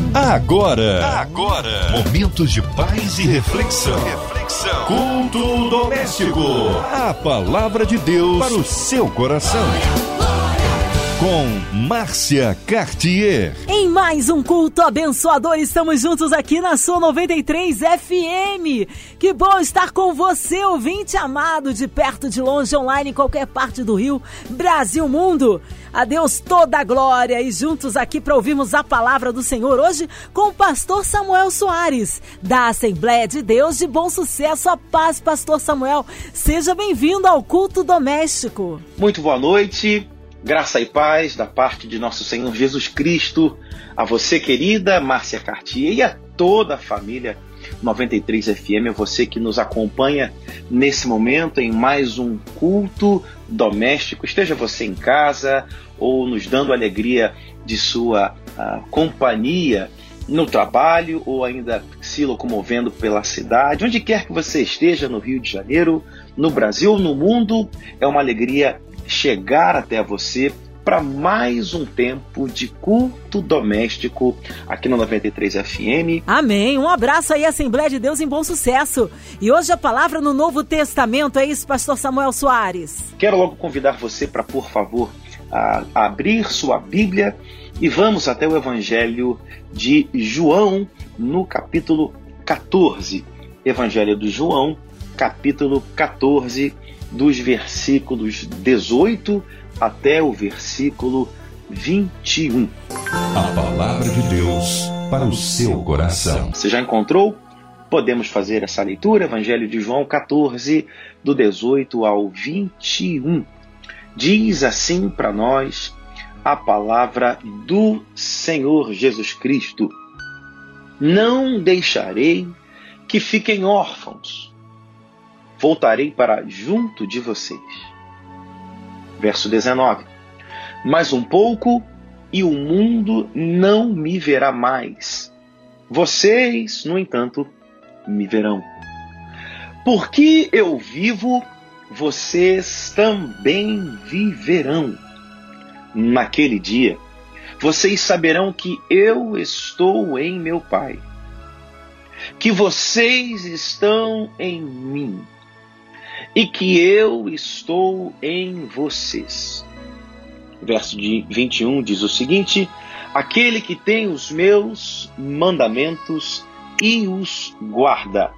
Agora, momentos de paz e reflexão. Culto doméstico. A palavra de Deus para o seu coração. Com Márcia Cartier. Em mais um culto abençoador, estamos juntos aqui na sua 93 FM. Que bom estar com você, ouvinte amado, de perto, de longe, online, em qualquer parte do Rio, Brasil, mundo. A Deus toda a glória e juntos aqui para ouvirmos a palavra do Senhor hoje com o pastor Samuel Soares, da Assembleia de Deus de Bom Sucesso. A paz, pastor Samuel. Seja bem-vindo ao culto doméstico. Muito boa noite. Graça e paz da parte de nosso Senhor Jesus Cristo, a você, querida Márcia Cartier, e a toda a família 93 FM, a você que nos acompanha nesse momento em mais um culto doméstico. Esteja você em casa ou nos dando alegria de sua companhia no trabalho ou ainda se locomovendo pela cidade, onde quer que você esteja, no Rio de Janeiro, no Brasil, no mundo, é uma alegria chegar até você para mais um tempo de culto doméstico aqui no 93 FM. Amém. Um abraço aí, Assembleia de Deus em Bom Sucesso. E hoje a palavra no Novo Testamento, é isso, pastor Samuel Soares? Quero logo convidar você para, por favor, abrir sua Bíblia e vamos até o Evangelho de João, no capítulo 14. Evangelho de João, capítulo 14, dos versículos 18 até o versículo 21. A palavra de Deus para o seu coração. Você já encontrou? Podemos fazer essa leitura, Evangelho de João 14, do 18 ao 21. Diz assim para nós a palavra do Senhor Jesus Cristo: não deixarei que fiquem órfãos. Voltarei para junto de vocês. Verso 19. Mais um pouco e o mundo não me verá mais. Vocês, no entanto, me verão. Porque eu vivo, vocês também viverão. Naquele dia, vocês saberão que eu estou em meu Pai, que vocês estão em mim, e que eu estou em vocês. Verso de 21 diz o seguinte: aquele que tem os meus mandamentos e os guarda,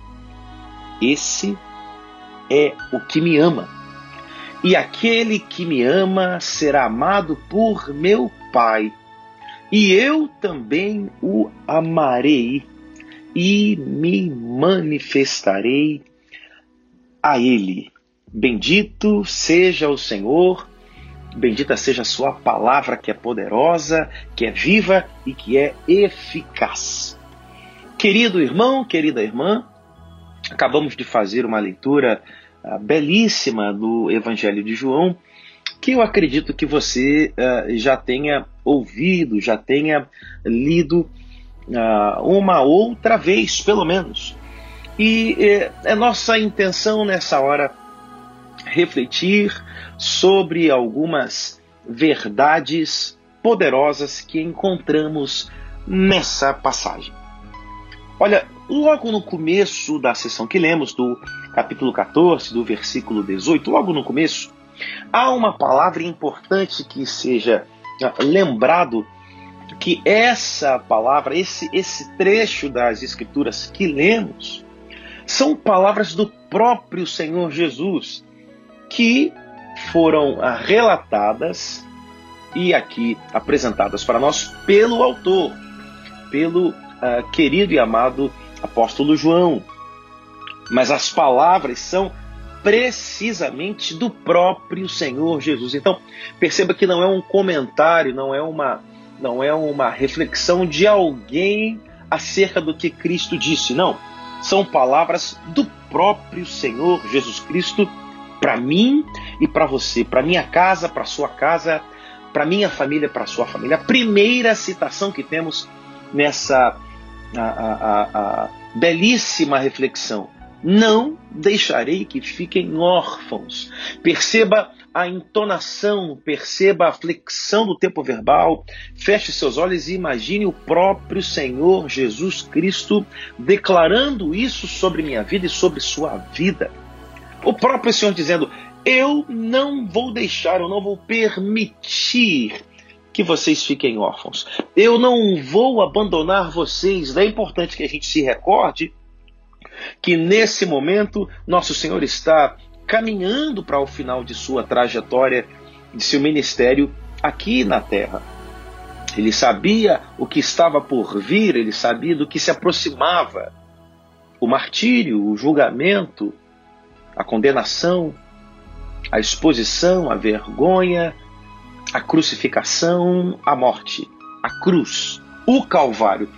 esse é o que me ama. E aquele que me ama será amado por meu Pai, e eu também o amarei e me manifestarei a Ele. Bendito seja o Senhor, bendita seja a sua palavra, que é poderosa, que é viva e que é eficaz. Querido irmão, querida irmã, acabamos de fazer uma leitura belíssima do Evangelho de João, que eu acredito que você já tenha ouvido, já tenha lido uma outra vez, pelo menos. E é nossa intenção nessa hora refletir sobre algumas verdades poderosas que encontramos nessa passagem. Olha, logo no começo da sessão que lemos, do capítulo 14, do versículo 18, logo no começo, há uma palavra importante que seja lembrado, que essa palavra, esse trecho das Escrituras que lemos, são palavras do próprio Senhor Jesus, que foram relatadas e aqui apresentadas para nós pelo autor, pelo querido e amado apóstolo João. Mas as palavras são precisamente do próprio Senhor Jesus. Então, perceba que não é um comentário, não é uma reflexão de alguém acerca do que Cristo disse, não. São palavras do próprio Senhor Jesus Cristo para mim e para você, para minha casa, para sua casa, para minha família, para sua família. A primeira citação que temos nessa belíssima reflexão: não deixarei que fiquem órfãos. Perceba a entonação, perceba a flexão do tempo verbal, feche seus olhos e imagine o próprio Senhor Jesus Cristo declarando isso sobre minha vida e sobre sua vida. O próprio Senhor dizendo: eu não vou deixar, eu não vou permitir que vocês fiquem órfãos. Eu não vou abandonar vocês. É importante que a gente se recorde que nesse momento nosso Senhor está caminhando para o final de sua trajetória, de seu ministério aqui na terra. Ele sabia o que estava por vir, ele sabia do que se aproximava. O martírio, o julgamento, a condenação, a exposição, a vergonha, a crucificação, a morte, a cruz, o Calvário.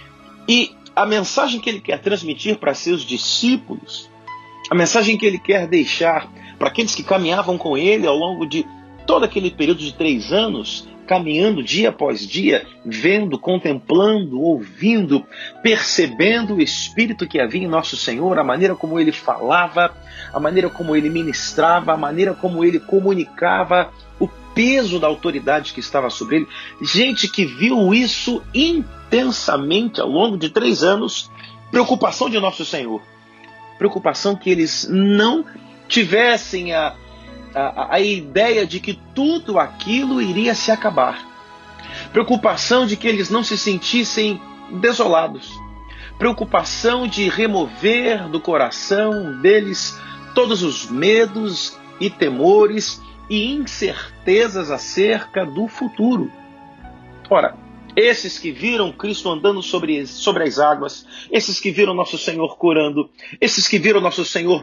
E a mensagem que ele quer transmitir para seus discípulos, a mensagem que ele quer deixar para aqueles que caminhavam com ele ao longo de todo aquele período de 3 anos, caminhando dia após dia, vendo, contemplando, ouvindo, percebendo o Espírito que havia em nosso Senhor, a maneira como ele falava, a maneira como ele ministrava, a maneira como ele comunicava, o peso da autoridade que estava sobre ele. Gente que viu isso intensamente ao longo de 3 anos, preocupação de nosso Senhor. Preocupação que eles não tivessem a ideia de que tudo aquilo iria se acabar. Preocupação de que eles não se sentissem desolados. Preocupação de remover do coração deles todos os medos e temores e incertezas acerca do futuro. Ora, esses que viram Cristo andando sobre as águas, esses que viram nosso Senhor curando, esses que viram nosso Senhor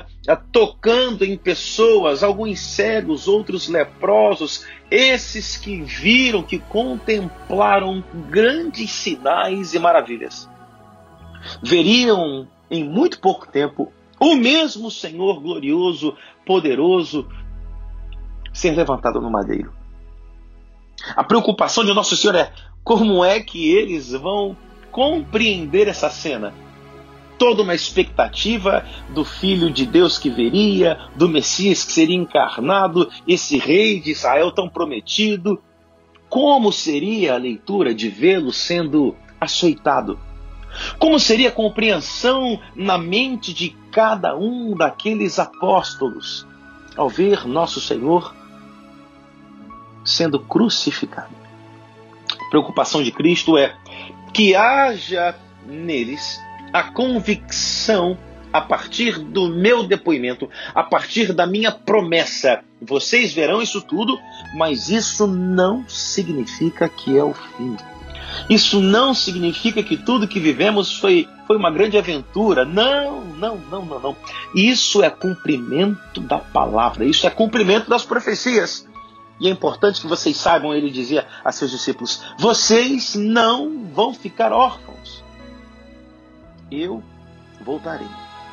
tocando em pessoas, alguns cegos, outros leprosos, esses que viram, que contemplaram grandes sinais e maravilhas, veriam em muito pouco tempo o mesmo Senhor glorioso, poderoso, ser levantado no madeiro. A preocupação de nosso Senhor é: como é que eles vão compreender essa cena? Toda uma expectativa do Filho de Deus que viria, do Messias que seria encarnado, esse rei de Israel tão prometido. Como seria a leitura de vê-lo sendo açoitado? Como seria a compreensão na mente de cada um daqueles apóstolos ao ver nosso Senhor sendo crucificado? A preocupação de Cristo é que haja neles a convicção, a partir do meu depoimento, a partir da minha promessa. Vocês verão isso tudo, mas isso não significa que é o fim. Isso não significa que tudo que vivemos foi uma grande aventura. Não. Isso é cumprimento da palavra, isso é cumprimento das profecias. E é importante que vocês saibam, ele dizia a seus discípulos: vocês não vão ficar órfãos. Eu voltarei.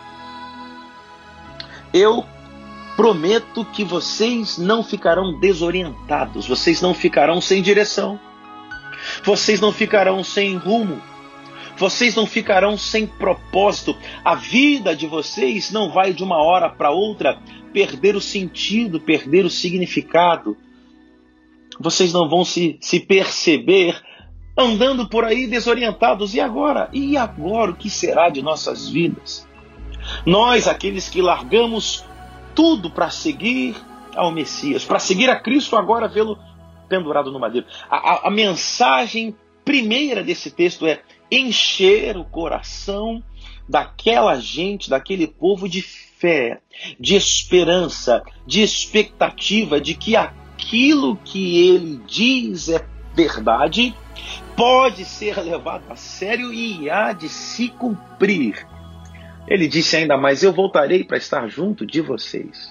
Eu prometo que vocês não ficarão desorientados, vocês não ficarão sem direção, vocês não ficarão sem rumo, vocês não ficarão sem propósito. A vida de vocês não vai de uma hora para outra perder o sentido, perder o significado. Vocês não vão se perceber andando por aí desorientados. E agora? E agora o que será de nossas vidas? Nós, aqueles que largamos tudo para seguir ao Messias, para seguir a Cristo, agora vê-lo pendurado no madeiro. A mensagem primeira desse texto é encher o coração daquela gente, daquele povo de fé, de esperança, de expectativa de que aquilo que ele diz é verdade, pode ser levado a sério e há de se cumprir. Ele disse ainda mais: eu voltarei para estar junto de vocês.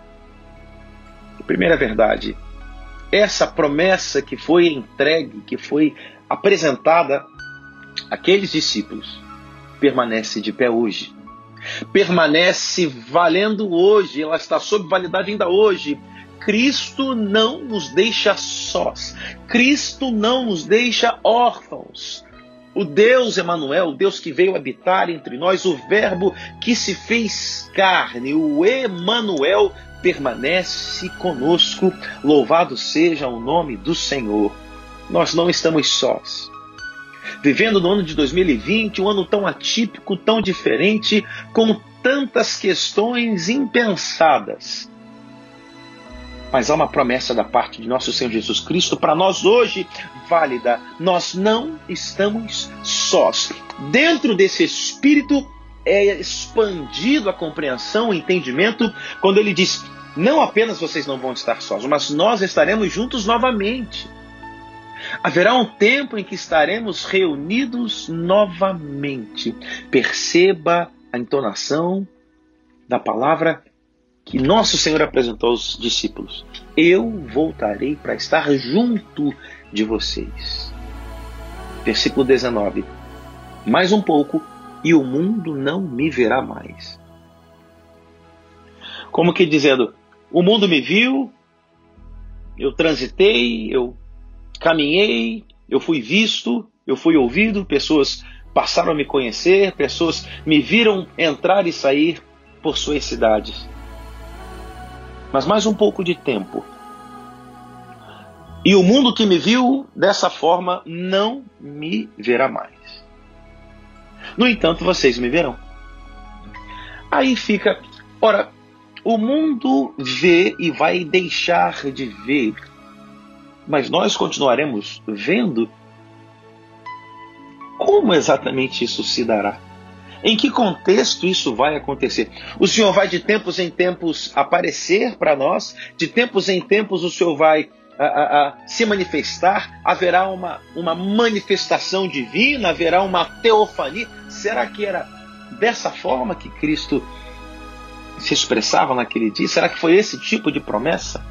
A primeira verdade, essa promessa que foi entregue, que foi apresentada àqueles discípulos, permanece de pé hoje. Permanece valendo hoje, ela está sob validade ainda hoje. Cristo não nos deixa sós. Cristo não nos deixa órfãos. O Deus Emanuel, o Deus que veio habitar entre nós, o Verbo que se fez carne, o Emanuel, permanece conosco. Louvado seja o nome do Senhor. Nós não estamos sós. Vivendo no ano de 2020, um ano tão atípico, tão diferente, com tantas questões impensadas. Mas há uma promessa da parte de nosso Senhor Jesus Cristo para nós hoje, válida. Nós não estamos sós. Dentro desse espírito é expandido a compreensão, o entendimento, quando ele diz, não apenas vocês não vão estar sós, mas nós estaremos juntos novamente. Haverá um tempo em que estaremos reunidos novamente. Perceba a entonação da palavra que nosso Senhor apresentou aos discípulos. Eu voltarei para estar junto de vocês. Versículo 19. Mais um pouco e o mundo não me verá mais. Como que dizendo, o mundo me viu, eu transitei, eu caminhei, eu fui visto, eu fui ouvido, pessoas passaram a me conhecer, pessoas me viram entrar e sair por suas cidades. Mas mais um pouco de tempo. E o mundo que me viu dessa forma não me verá mais. No entanto, vocês me verão. Aí fica, ora, o mundo vê e vai deixar de ver, mas nós continuaremos vendo? Como exatamente isso se dará? Em que contexto isso vai acontecer? O Senhor vai de tempos em tempos aparecer para nós, de tempos em tempos o Senhor vai se manifestar, haverá uma manifestação divina, haverá uma teofania. Será que era dessa forma que Cristo se expressava naquele dia? Será que foi esse tipo de promessa?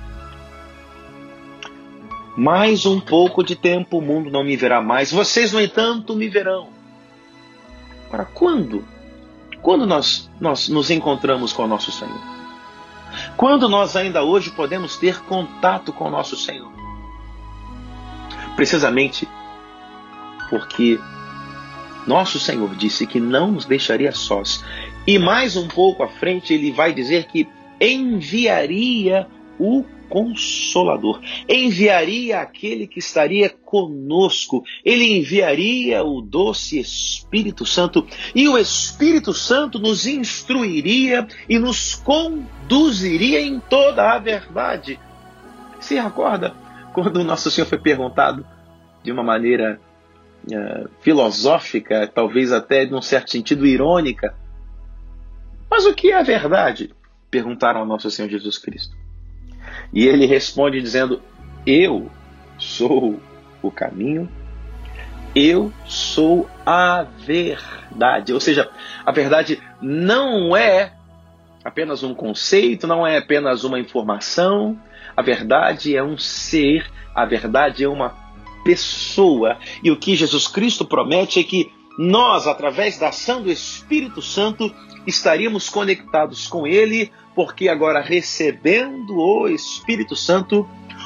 Mais um pouco de tempo o mundo não me verá mais, vocês, no entanto, me verão. Agora, quando nós nos encontramos com o nosso Senhor? Quando nós ainda hoje podemos ter contato com o nosso Senhor? Precisamente porque nosso Senhor disse que não nos deixaria sós. E mais um pouco à frente ele vai dizer que enviaria o Consolador, enviaria aquele que estaria conosco, ele enviaria o doce Espírito Santo, e o Espírito Santo nos instruiria e nos conduziria em toda a verdade. Se recorda quando o nosso Senhor foi perguntado de uma maneira filosófica, talvez até num certo sentido irônica, mas o que é a verdade? Perguntaram ao nosso Senhor Jesus Cristo. E ele responde dizendo, eu sou o caminho, eu sou a verdade. Ou seja, a verdade não é apenas um conceito, não é apenas uma informação, a verdade é um ser, a verdade é uma pessoa. E o que Jesus Cristo promete é que nós, através da ação do Espírito Santo, estaríamos conectados com Ele, porque agora, recebendo o Espírito Santo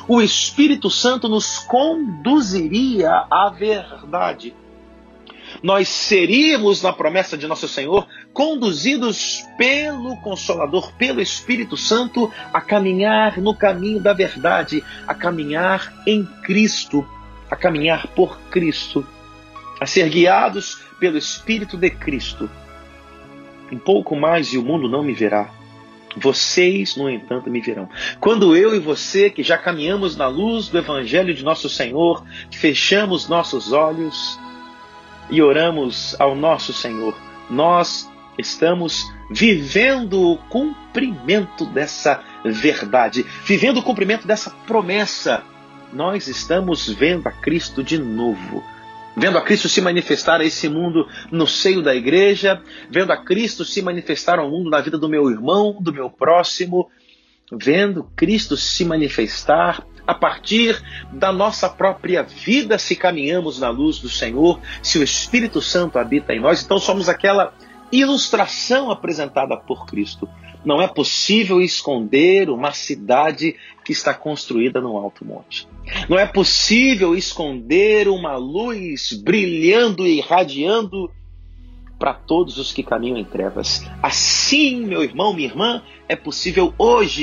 nos conduziria à verdade. Nós seríamos, na promessa de nosso Senhor, conduzidos pelo Consolador, pelo Espírito Santo, a caminhar no caminho da verdade, a caminhar em Cristo, a caminhar por Cristo, a ser guiados pelo Espírito de Cristo. Um pouco mais e o mundo não me verá. Vocês, no entanto, me verão. Quando eu e você, que já caminhamos na luz do Evangelho de nosso Senhor, fechamos nossos olhos e oramos ao nosso Senhor, nós estamos vivendo o cumprimento dessa verdade, vivendo o cumprimento dessa promessa. Nós estamos vendo a Cristo de novo. Vendo a Cristo se manifestar a esse mundo no seio da igreja, vendo a Cristo se manifestar ao mundo na vida do meu irmão, do meu próximo, vendo Cristo se manifestar a partir da nossa própria vida, se caminhamos na luz do Senhor, se o Espírito Santo habita em nós. Então somos aquela ilustração apresentada por Cristo. Não é possível esconder uma cidade que está construída no alto monte. Não é possível esconder uma luz brilhando e irradiando para todos os que caminham em trevas. Assim, meu irmão, minha irmã, é possível hoje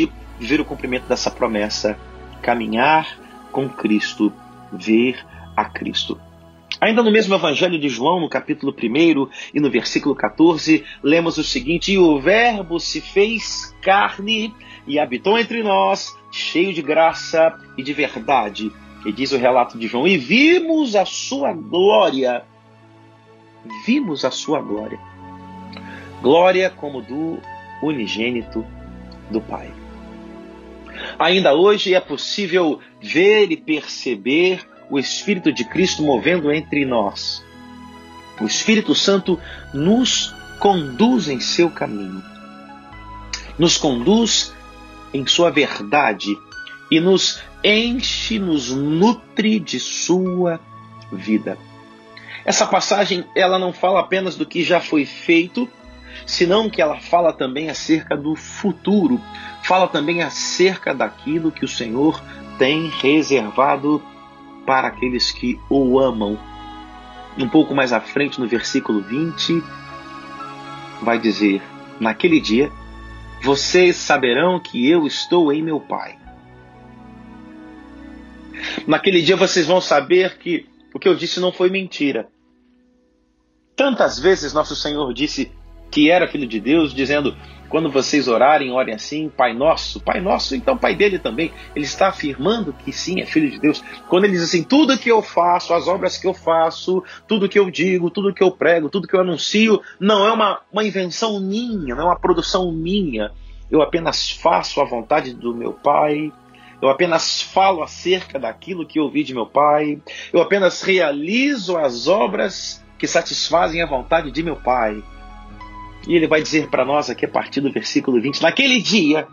viver o cumprimento dessa promessa, caminhar com Cristo, ver a Cristo. Ainda no mesmo Evangelho de João, no capítulo 1 e no versículo 14, lemos o seguinte: e o Verbo se fez carne e habitou entre nós, cheio de graça e de verdade. E diz o relato de João: e vimos a sua glória. Vimos a sua glória. Glória como do unigênito do Pai. Ainda hoje é possível ver e perceber o Espírito de Cristo movendo entre nós. O Espírito Santo nos conduz em seu caminho, nos conduz em sua verdade e nos enche, nos nutre de sua vida. Essa passagem, ela não fala apenas do que já foi feito, senão que ela fala também acerca do futuro, fala também acerca daquilo que o Senhor tem reservado para aqueles que o amam. Um pouco mais à frente, no versículo 20, vai dizer: naquele dia, vocês saberão que eu estou em meu Pai. Naquele dia vocês vão saber que o que eu disse não foi mentira. Tantas vezes nosso Senhor disse que era Filho de Deus, dizendo: quando vocês orarem, orem assim, Pai Nosso, então Pai dele também. Ele está afirmando que sim, é Filho de Deus. Quando ele diz assim: tudo que eu faço, as obras que eu faço, tudo que eu digo, tudo que eu prego, tudo que eu anuncio, não é uma invenção minha, não é uma produção minha. Eu apenas faço a vontade do meu Pai. Eu apenas falo acerca daquilo que eu ouvi de meu Pai. Eu apenas realizo as obras que satisfazem a vontade de meu Pai. E ele vai dizer para nós aqui a partir do versículo 20, naquele dia,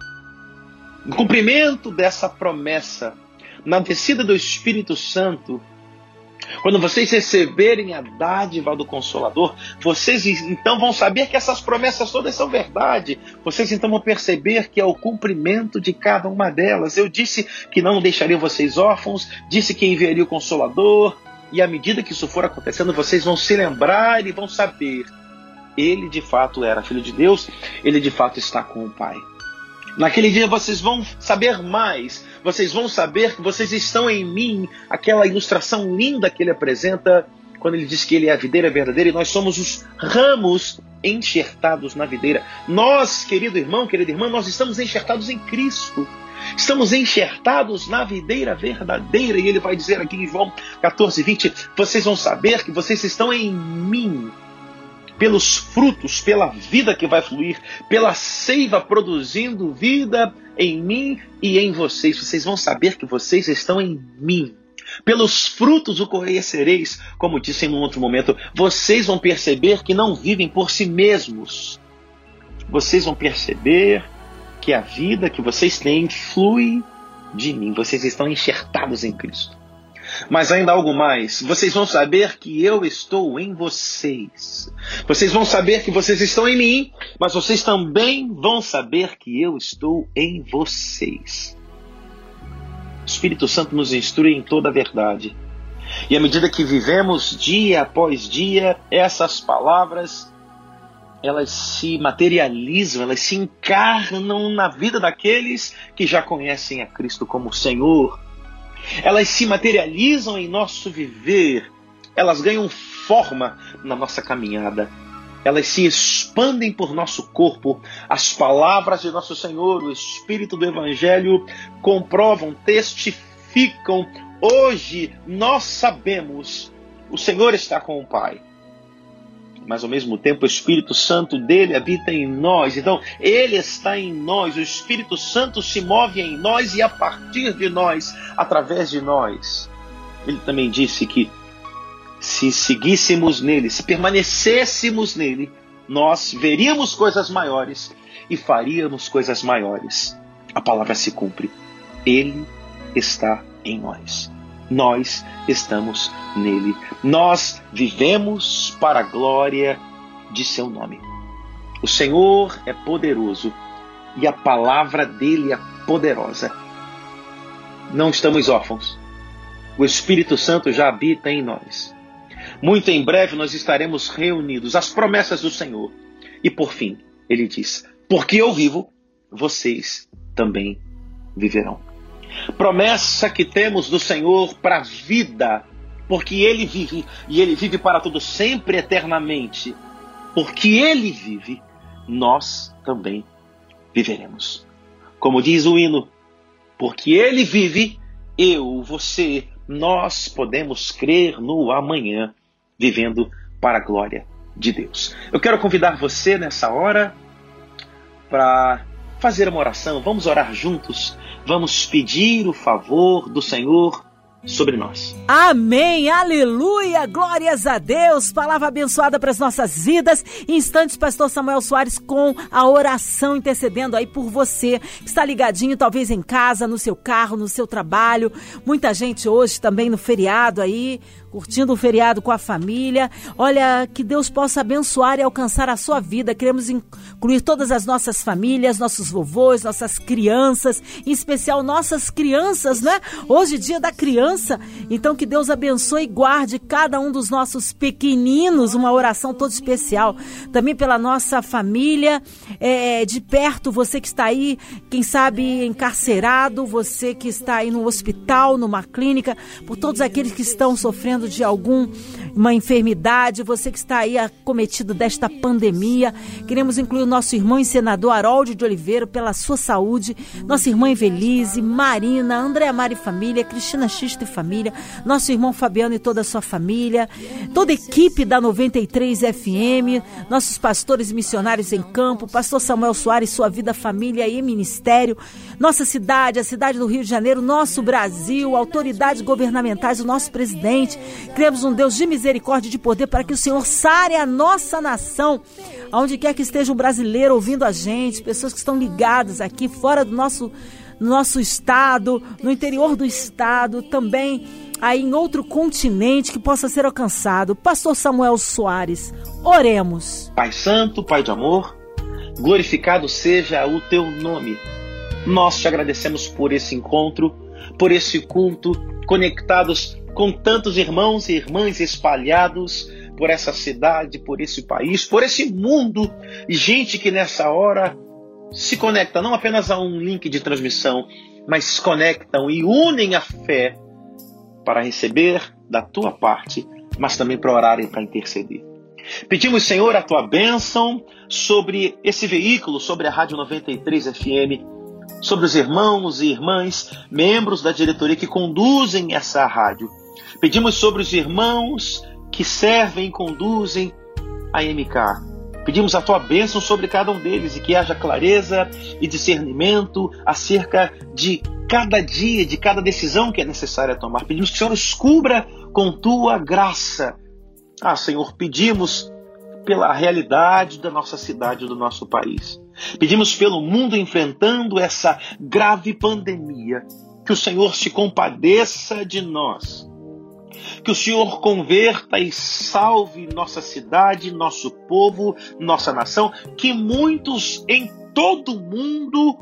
em cumprimento dessa promessa, na descida do Espírito Santo, quando vocês receberem a dádiva do Consolador, vocês então vão saber que essas promessas todas são verdade. Vocês então vão perceber que é o cumprimento de cada uma delas. Eu disse que não deixaria vocês órfãos, disse que enviaria o Consolador, e à medida que isso for acontecendo, vocês vão se lembrar e vão saber: ele de fato era Filho de Deus, ele de fato está com o Pai. Naquele dia vocês vão saber mais, vocês vão saber que vocês estão em mim, aquela ilustração linda que ele apresenta quando ele diz que ele é a videira verdadeira e nós somos os ramos enxertados na videira. Nós, querido irmão, querida irmã, nós estamos enxertados em Cristo. Estamos enxertados na videira verdadeira. E ele vai dizer aqui em João 14, 20, vocês vão saber que vocês estão em mim, pelos frutos, pela vida que vai fluir, pela seiva produzindo vida em mim e em vocês. Vocês vão saber que vocês estão em mim. Pelos frutos o conhecereis, como disse em um outro momento. Vocês vão perceber que não vivem por si mesmos. Vocês vão perceber que a vida que vocês têm flui de mim. Vocês estão enxertados em Cristo. Mas ainda algo mais, vocês vão saber que eu estou em vocês. Vocês vão saber que vocês estão em mim, mas vocês também vão saber que eu estou em vocês. O Espírito Santo nos instrui em toda a verdade. E à medida que vivemos dia após dia, essas palavras, elas se materializam, elas se encarnam na vida daqueles que já conhecem a Cristo como Senhor. Elas se materializam em nosso viver, elas ganham forma na nossa caminhada, elas se expandem por nosso corpo. As palavras de nosso Senhor, o Espírito do Evangelho, comprovam, testificam. Hoje nós sabemos, o Senhor está com o Pai. Mas ao mesmo tempo o Espírito Santo dele habita em nós. Então ele está em nós, o Espírito Santo se move em nós e a partir de nós, através de nós. Ele também disse que se seguíssemos nele, se permanecêssemos nele, nós veríamos coisas maiores e faríamos coisas maiores. A palavra se cumpre. Ele está em nós. Nós estamos nele. Nós vivemos para a glória de seu nome. O Senhor é poderoso e a palavra dele é poderosa. Não estamos órfãos. O Espírito Santo já habita em nós. Muito em breve nós estaremos reunidos. As promessas do Senhor. E por fim, ele diz: porque eu vivo, vocês também viverão. Promessa que temos do Senhor para a vida, porque Ele vive, e Ele vive para todo sempre, eternamente. Porque Ele vive, nós também viveremos. Como diz o hino, porque Ele vive, eu, você, nós podemos crer no amanhã, vivendo para a glória de Deus. Eu quero convidar você nessa hora para fazer uma oração. Vamos orar juntos. Vamos pedir o favor do Senhor sobre nós. Amém, aleluia, glórias a Deus, palavra abençoada para as nossas vidas. Em instantes, pastor Samuel Soares com a oração intercedendo aí por você, que está ligadinho talvez em casa, no seu carro, no seu trabalho. Muita gente hoje também no feriado aí, curtindo o feriado com a família. Olha, que Deus possa abençoar e alcançar a sua vida. Queremos incluir todas as nossas famílias, nossos vovôs, nossas crianças, em especial nossas crianças, né? Hoje, dia da criança. Então, que Deus abençoe e guarde cada um dos nossos pequeninos. Uma oração toda especial. Também pela nossa família, de perto, você que está aí, quem sabe encarcerado, você que está aí no hospital, numa clínica, por todos aqueles que estão sofrendo de alguma enfermidade, você que está aí acometido desta pandemia. Queremos incluir o nosso irmão e senador Harold de Oliveira pela sua saúde, nossa irmã Evelise, Marina, Andréa Mari família, Cristina Xista e família, nosso irmão Fabiano e toda a sua família, toda a equipe da 93 FM, nossos pastores e missionários em campo, pastor Samuel Soares, sua vida, família e ministério, nossa cidade, a cidade do Rio de Janeiro, nosso Brasil, autoridades governamentais, o nosso presidente. Queremos um Deus de misericórdia e de poder para que o Senhor sare a nossa nação, aonde quer que esteja um brasileiro ouvindo a gente, pessoas que estão ligadas aqui, fora do nosso estado, no interior do estado, também aí em outro continente que possa ser alcançado. Pastor Samuel Soares, oremos. Pai Santo, Pai de amor, glorificado seja o Teu nome. Nós te agradecemos por esse encontro, por esse culto, conectados com tantos irmãos e irmãs espalhados por essa cidade, por esse país, por esse mundo, e gente que nessa hora se conecta não apenas a um link de transmissão, mas se conectam e unem a fé para receber da tua parte, mas também para orar e para interceder. Pedimos, Senhor, a tua bênção sobre esse veículo, sobre a Rádio 93 FM, sobre os irmãos e irmãs, membros da diretoria que conduzem essa rádio. Pedimos sobre os irmãos que servem e conduzem a MK. Pedimos a tua bênção sobre cada um deles e que haja clareza e discernimento acerca de cada dia, de cada decisão que é necessária tomar. Pedimos que o Senhor os cubra com tua graça. Senhor, pedimos pela realidade da nossa cidade, do nosso país. Pedimos pelo mundo enfrentando essa grave pandemia. Que o Senhor se compadeça de nós. Que o Senhor converta e salve nossa cidade, nosso povo, nossa nação. Que muitos em todo o mundo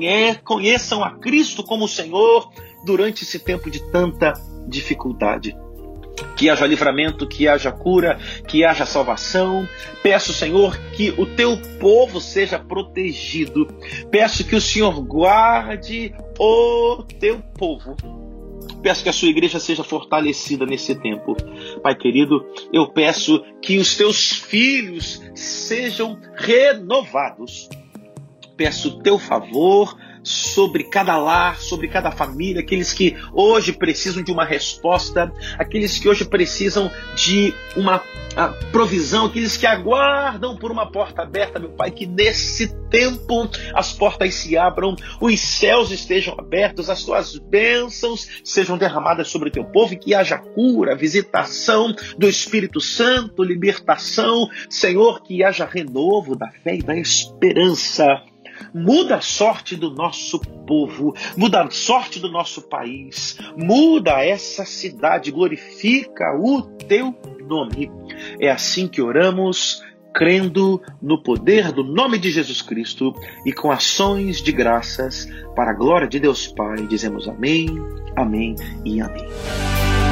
conheçam a Cristo como Senhor durante esse tempo de tanta dificuldade. Que haja livramento, que haja cura, que haja salvação. Peço, Senhor, que o teu povo seja protegido. Peço que o Senhor guarde o teu povo. Peço que a sua igreja seja fortalecida nesse tempo. Pai querido, eu peço que os teus filhos sejam renovados. Peço o teu favor sobre cada lar, sobre cada família, aqueles que hoje precisam de uma resposta, aqueles que hoje precisam de uma provisão, aqueles que aguardam por uma porta aberta, meu Pai, que nesse tempo as portas se abram, os céus estejam abertos, as tuas bênçãos sejam derramadas sobre o teu povo e que haja cura, visitação do Espírito Santo, libertação, Senhor, que haja renovo da fé e da esperança. Muda a sorte do nosso povo, muda a sorte do nosso país, muda essa cidade, glorifica o teu nome. É assim que oramos, crendo no poder do nome de Jesus Cristo e com ações de graças para a glória de Deus Pai. Dizemos amém, amém e amém.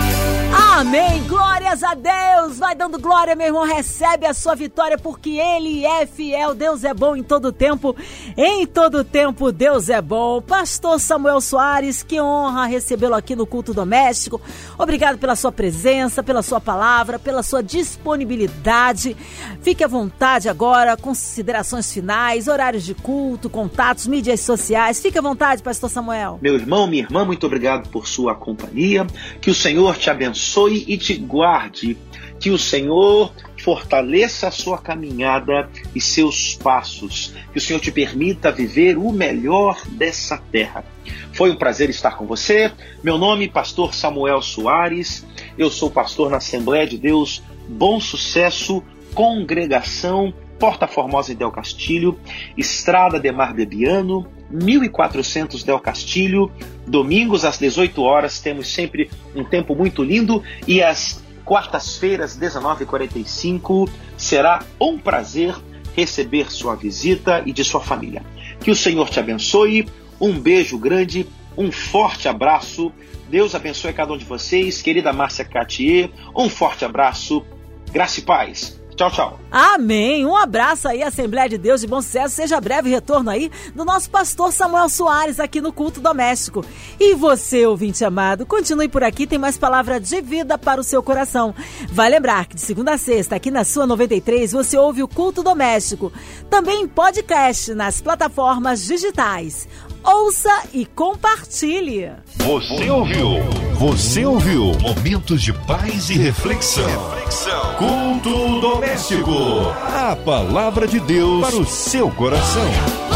Amém, glórias a Deus, vai dando glória, meu irmão, recebe a sua vitória, porque Ele é fiel, Deus é bom em todo tempo Deus é bom. Pastor Samuel Soares, que honra recebê-lo aqui no Culto Doméstico, obrigado pela sua presença, pela sua palavra, pela sua disponibilidade. Fique à vontade agora, considerações finais, horários de culto, contatos, mídias sociais, fique à vontade, Pastor Samuel. Meu irmão, minha irmã, muito obrigado por sua companhia, que o Senhor te abençoe e te guarde, que o Senhor fortaleça a sua caminhada e seus passos, que o Senhor te permita viver o melhor dessa terra. Foi um prazer estar com você. Meu nome, Pastor Samuel Soares, eu sou pastor na Assembleia de Deus Bom Sucesso, Congregação Porta Formosa em Del Castilho, Estrada Demar Bebiano, 1400 Del Castilho. Domingos às 18 horas temos sempre um tempo muito lindo, e às quartas-feiras, 19h45, será um prazer receber sua visita e de sua família. Que o Senhor te abençoe, um beijo grande, um forte abraço, Deus abençoe cada um de vocês, querida Márcia Catier, um forte abraço, graça e paz. Tchau, tchau. Amém. Um abraço aí, Assembleia de Deus de Bom Sucesso. Seja breve retorno aí do nosso pastor Samuel Soares aqui no Culto Doméstico. E você, ouvinte amado, continue por aqui, tem mais palavra de vida para o seu coração. Vai lembrar que de segunda a sexta, aqui na sua 93, você ouve o Culto Doméstico. Também em podcast nas plataformas digitais. Ouça e compartilhe. Você ouviu Momentos de Paz e Reflexão. Culto Doméstico. A palavra de Deus para o seu coração.